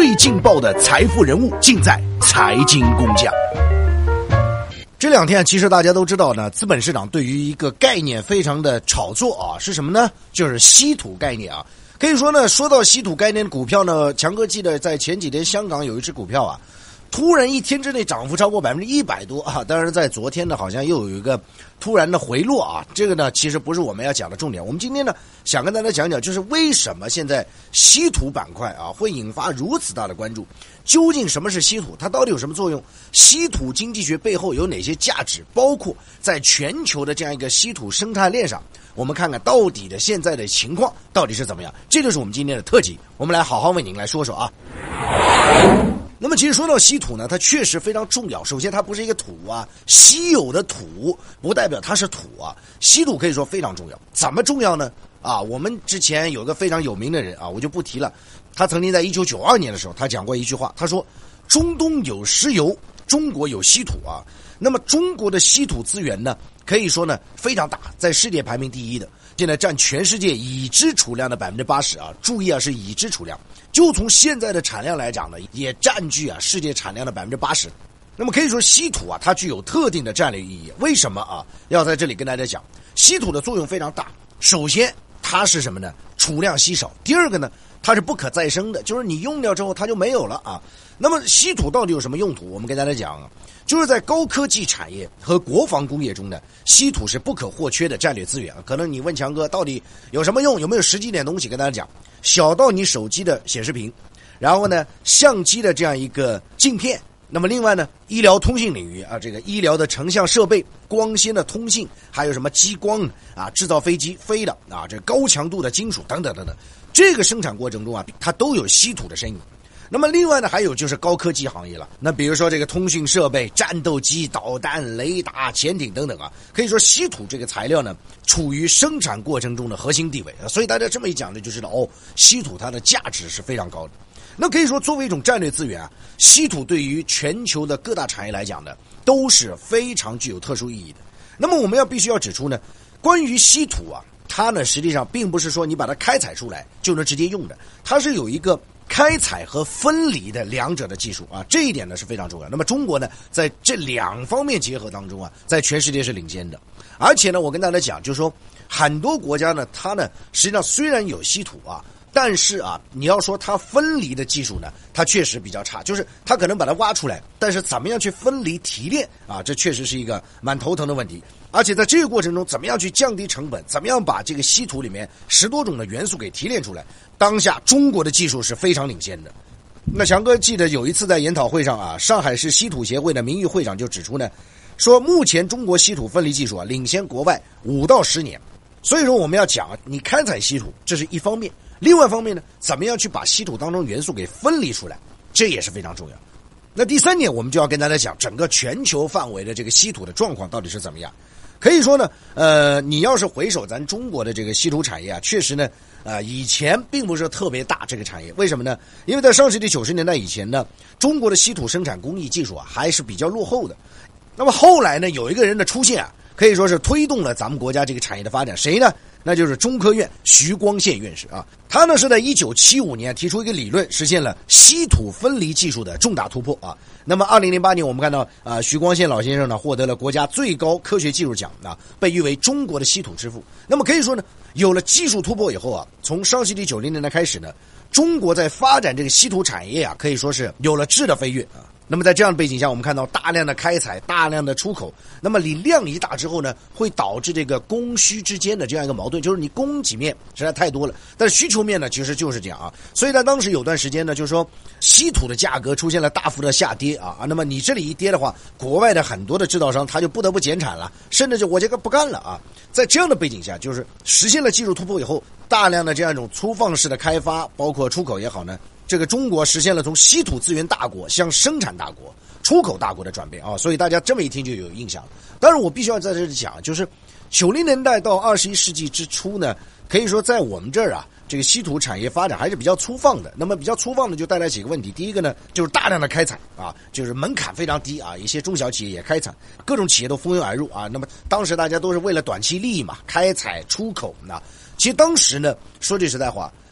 最劲爆的财富人物尽在财经工匠。这两天其实大家都知道呢，资本市场对于一个概念非常的炒作啊，是什么呢？就是稀土概念啊。可以说呢，说到稀土概念股票呢，强哥记得在前几天香港有一只股票啊，突然一天之内涨幅超过100%多啊！当然，在昨天呢，好像又有一个突然的回落啊。这个呢，其实不是我们要讲的重点。我们今天呢，想跟大家讲讲，就是为什么现在稀土板块啊会引发如此大的关注？究竟什么是稀土？它到底有什么作用？稀土经济学背后有哪些价值？包括在全球的这样一个稀土生态链上，我们看看到底的现在的情况到底是怎么样？这就是我们今天的特辑，我们来好好为您来说说啊。那么其实说到稀土呢，它确实非常重要。首先它不是一个土啊，稀有的土不代表它是土啊。稀土可以说非常重要。怎么重要呢？啊，我们之前有个非常有名的人啊，我就不提了。他曾经在1992年的时候，他讲过一句话，他说：中东有石油，中国有稀土啊。那么中国的稀土资源呢，可以说呢非常大，在世界排名第一的，现在占全世界已知储量的80%啊。注意啊，是已知储量。就从现在的产量来讲呢，也占据啊世界产量的80%。那么可以说稀土啊，它具有特定的战略意义。为什么啊？要在这里跟大家讲，稀土的作用非常大。首先，它是什么呢？储量稀少。第二个呢，它是不可再生的，就是你用掉之后它就没有了啊。那么稀土到底有什么用途？我们跟大家讲啊，就是在高科技产业和国防工业中呢，稀土是不可或缺的战略资源啊。可能你问强哥到底有什么用？有没有实际点东西跟大家讲？小到你手机的显示屏，然后呢，相机的这样一个镜片。那么另外呢，医疗通信领域啊，这个医疗的成像设备、光纤的通信，还有什么激光啊，制造飞机飞的啊，这高强度的金属等等等等，这个生产过程中啊，它都有稀土的身影。那么另外呢，还有就是高科技行业了。那比如说这个通讯设备、战斗机、导弹、雷达、潜艇等等啊，可以说稀土这个材料呢，处于生产过程中的核心地位。所以大家这么一讲呢，就知道哦，稀土它的价值是非常高的。那可以说作为一种战略资源啊，稀土对于全球的各大产业来讲呢，都是非常具有特殊意义的。那么我们必须要指出呢，关于稀土啊，它呢实际上并不是说你把它开采出来就能直接用的，它是有一个开采和分离的两者的技术啊，这一点呢是非常重要。那么中国呢，在这两方面结合当中啊，在全世界是领先的。而且呢，我跟大家讲，就是说很多国家呢，它呢实际上虽然有稀土啊，但是啊，你要说它分离的技术呢，它确实比较差，就是它可能把它挖出来，但是怎么样去分离提炼啊，这确实是一个蛮头疼的问题。而且在这个过程中，怎么样去降低成本，怎么样把这个稀土里面10多种的元素给提炼出来，当下中国的技术是非常领先的。那强哥记得有一次在研讨会上啊，上海市稀土协会的名誉会长就指出呢，说目前中国稀土分离技术啊，领先国外5到10年。所以说我们要讲，你开采稀土这是一方面，另外一方面呢，怎么样去把稀土当中元素给分离出来，这也是非常重要。那第三点，我们就要跟大家讲整个全球范围的这个稀土的状况到底是怎么样。可以说呢，你要是回首咱中国的这个稀土产业啊，确实呢，以前并不是特别大这个产业。为什么呢？因为在上世纪90年代以前呢，中国的稀土生产工艺技术啊还是比较落后的。那么后来呢，有一个人的出现啊，可以说是推动了咱们国家这个产业的发展。谁呢？那就是中科院徐光宪院士啊。他呢是在1975年提出一个理论，实现了稀土分离技术的重大突破啊。那么2008年我们看到徐光宪老先生呢获得了国家最高科学技术奖啊，被誉为中国的稀土之父。那么可以说呢，有了技术突破以后啊，从上世纪90年代开始呢，中国在发展这个稀土产业啊，可以说是有了质的飞跃啊。那么在这样的背景下，我们看到大量的开采，大量的出口，那么你量一大之后呢，会导致这个供需之间的这样一个矛盾，就是你供给面实在太多了，但是需求面呢其实就是这样啊。所以在当时有段时间呢，就是说稀土的价格出现了大幅的下跌啊，那么你这里一跌的话，国外的很多的制造商他就不得不减产了，甚至就我这个不干了啊。在这样的背景下，就是实现了技术突破以后，大量的这样一种粗放式的开发，包括出口也好呢，这个中国实现了从稀土资源大国向生产大国、出口大国的转变啊，所以大家这么一听就有印象了。当然我必须要在这里讲，就是90年代到21世纪之初呢，可以说在我们这儿啊，这个稀土产业发展还是比较粗放的。那么比较粗放的就带来几个问题。第一个呢，就是大量的开采啊，就是门槛非常低啊，一些中小企业也开采，各种企业都蜂拥而入啊。那么当时大家都是为了短期利益嘛，开采出口呢。其实当时呢，说句实在话，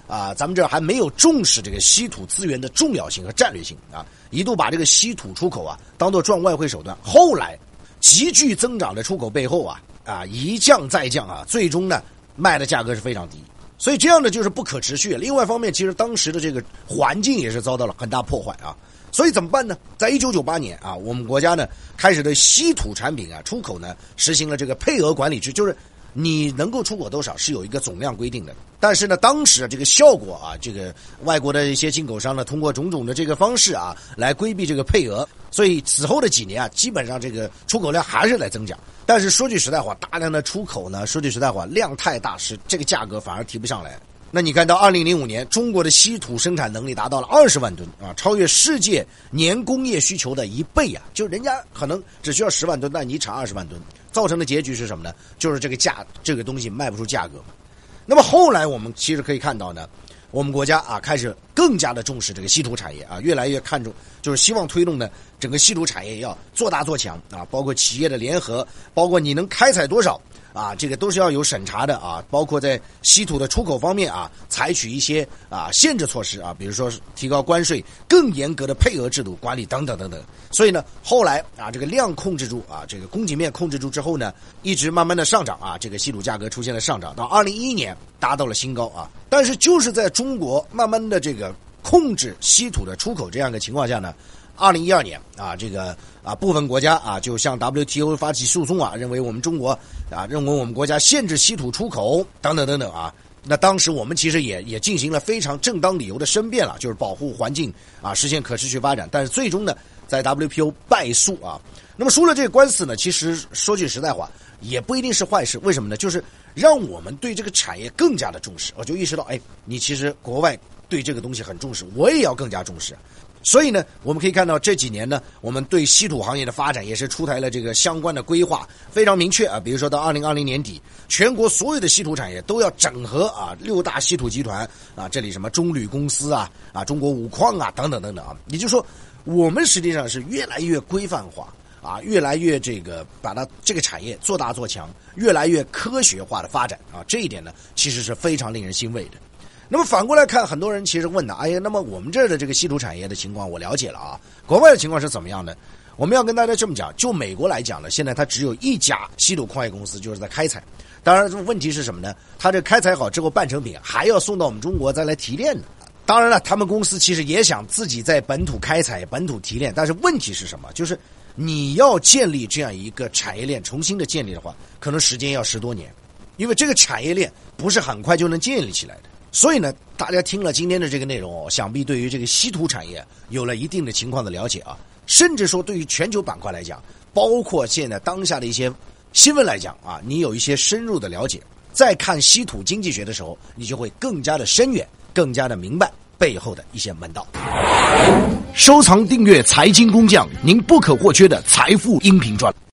咱们这儿还没有重视这个稀土资源的重要性和战略性啊，一度把这个稀土出口当做赚外汇手段。后来急剧增长的出口背后一降再降最终呢卖的价格是非常低，所以这样的就是不可持续。另外一方面，其实当时的这个环境也是遭到了很大破坏所以怎么办呢？在1998年我们国家呢开始对稀土产品出口呢实行了这个配额管理制，就是你能够出口多少是有一个总量规定的。但是呢，当时这个效果这个外国的一些进口商呢，通过种种的这个方式来规避这个配额，所以此后的几年基本上这个出口量还是在增长。但是说句实在话，大量的出口呢，说句实在话，量太大，是这个价格反而提不上来。那你看到2005年，中国的稀土生产能力达到了20万吨超越世界年工业需求的1倍就人家可能只需要10万吨，但你产20万吨，造成的结局是什么呢？就是这个东西卖不出价格。那么后来我们其实可以看到呢，我们国家开始更加的重视这个稀土产业越来越看重，就是希望推动呢整个稀土产业要做大做强包括企业的联合，包括你能开采多少这个都是要有审查的包括在稀土的出口方面采取一些限制措施比如说提高关税，更严格的配额制度管理等等等等。所以呢，后来这个量控制住这个供给面控制住之后呢，一直慢慢的上涨这个稀土价格出现了上涨，到2011年达到了新高但是就是在中国慢慢的这个控制稀土的出口这样的情况下呢，2012年这个部分国家就向 WTO 发起诉讼认为我们中国认为我们国家限制稀土出口等等等等那当时我们其实也进行了非常正当理由的申辩了，就是保护环境实现可持续发展。但是最终呢，在 WTO 败诉那么输了这个官司呢，其实说句实在话，也不一定是坏事。为什么呢？就是让我们对这个产业更加的重视。我就意识到，你其实国外对这个东西很重视，我也要更加重视。所以呢，我们可以看到这几年呢，我们对稀土行业的发展也是出台了这个相关的规划，非常明确比如说到2020年底，全国所有的稀土产业都要整合6大稀土集团这里什么中铝公司中国五矿等等等等也就是说，我们实际上是越来越规范化越来越这个把它这个产业做大做强，越来越科学化的发展这一点呢，其实是非常令人欣慰的。那么反过来看，很多人其实问那么我们这儿的这个稀土产业的情况我了解了国外的情况是怎么样的？我们要跟大家这么讲，就美国来讲呢，现在它只有一家稀土矿业公司就是在开采。当然问题是什么呢？它这开采好之后半成品还要送到我们中国再来提炼的。当然了，他们公司其实也想自己在本土开采本土提炼，但是问题是什么？就是你要建立这样一个产业链，重新的建立的话，可能时间要10多年，因为这个产业链不是很快就能建立起来的。所以呢，大家听了今天的这个内容想必对于这个稀土产业有了一定的情况的了解甚至说对于全球板块来讲，包括现在当下的一些新闻来讲你有一些深入的了解，再看稀土经济学的时候，你就会更加的深远，更加的明白背后的一些门道。收藏订阅财经工匠，您不可或缺的财富音频专栏。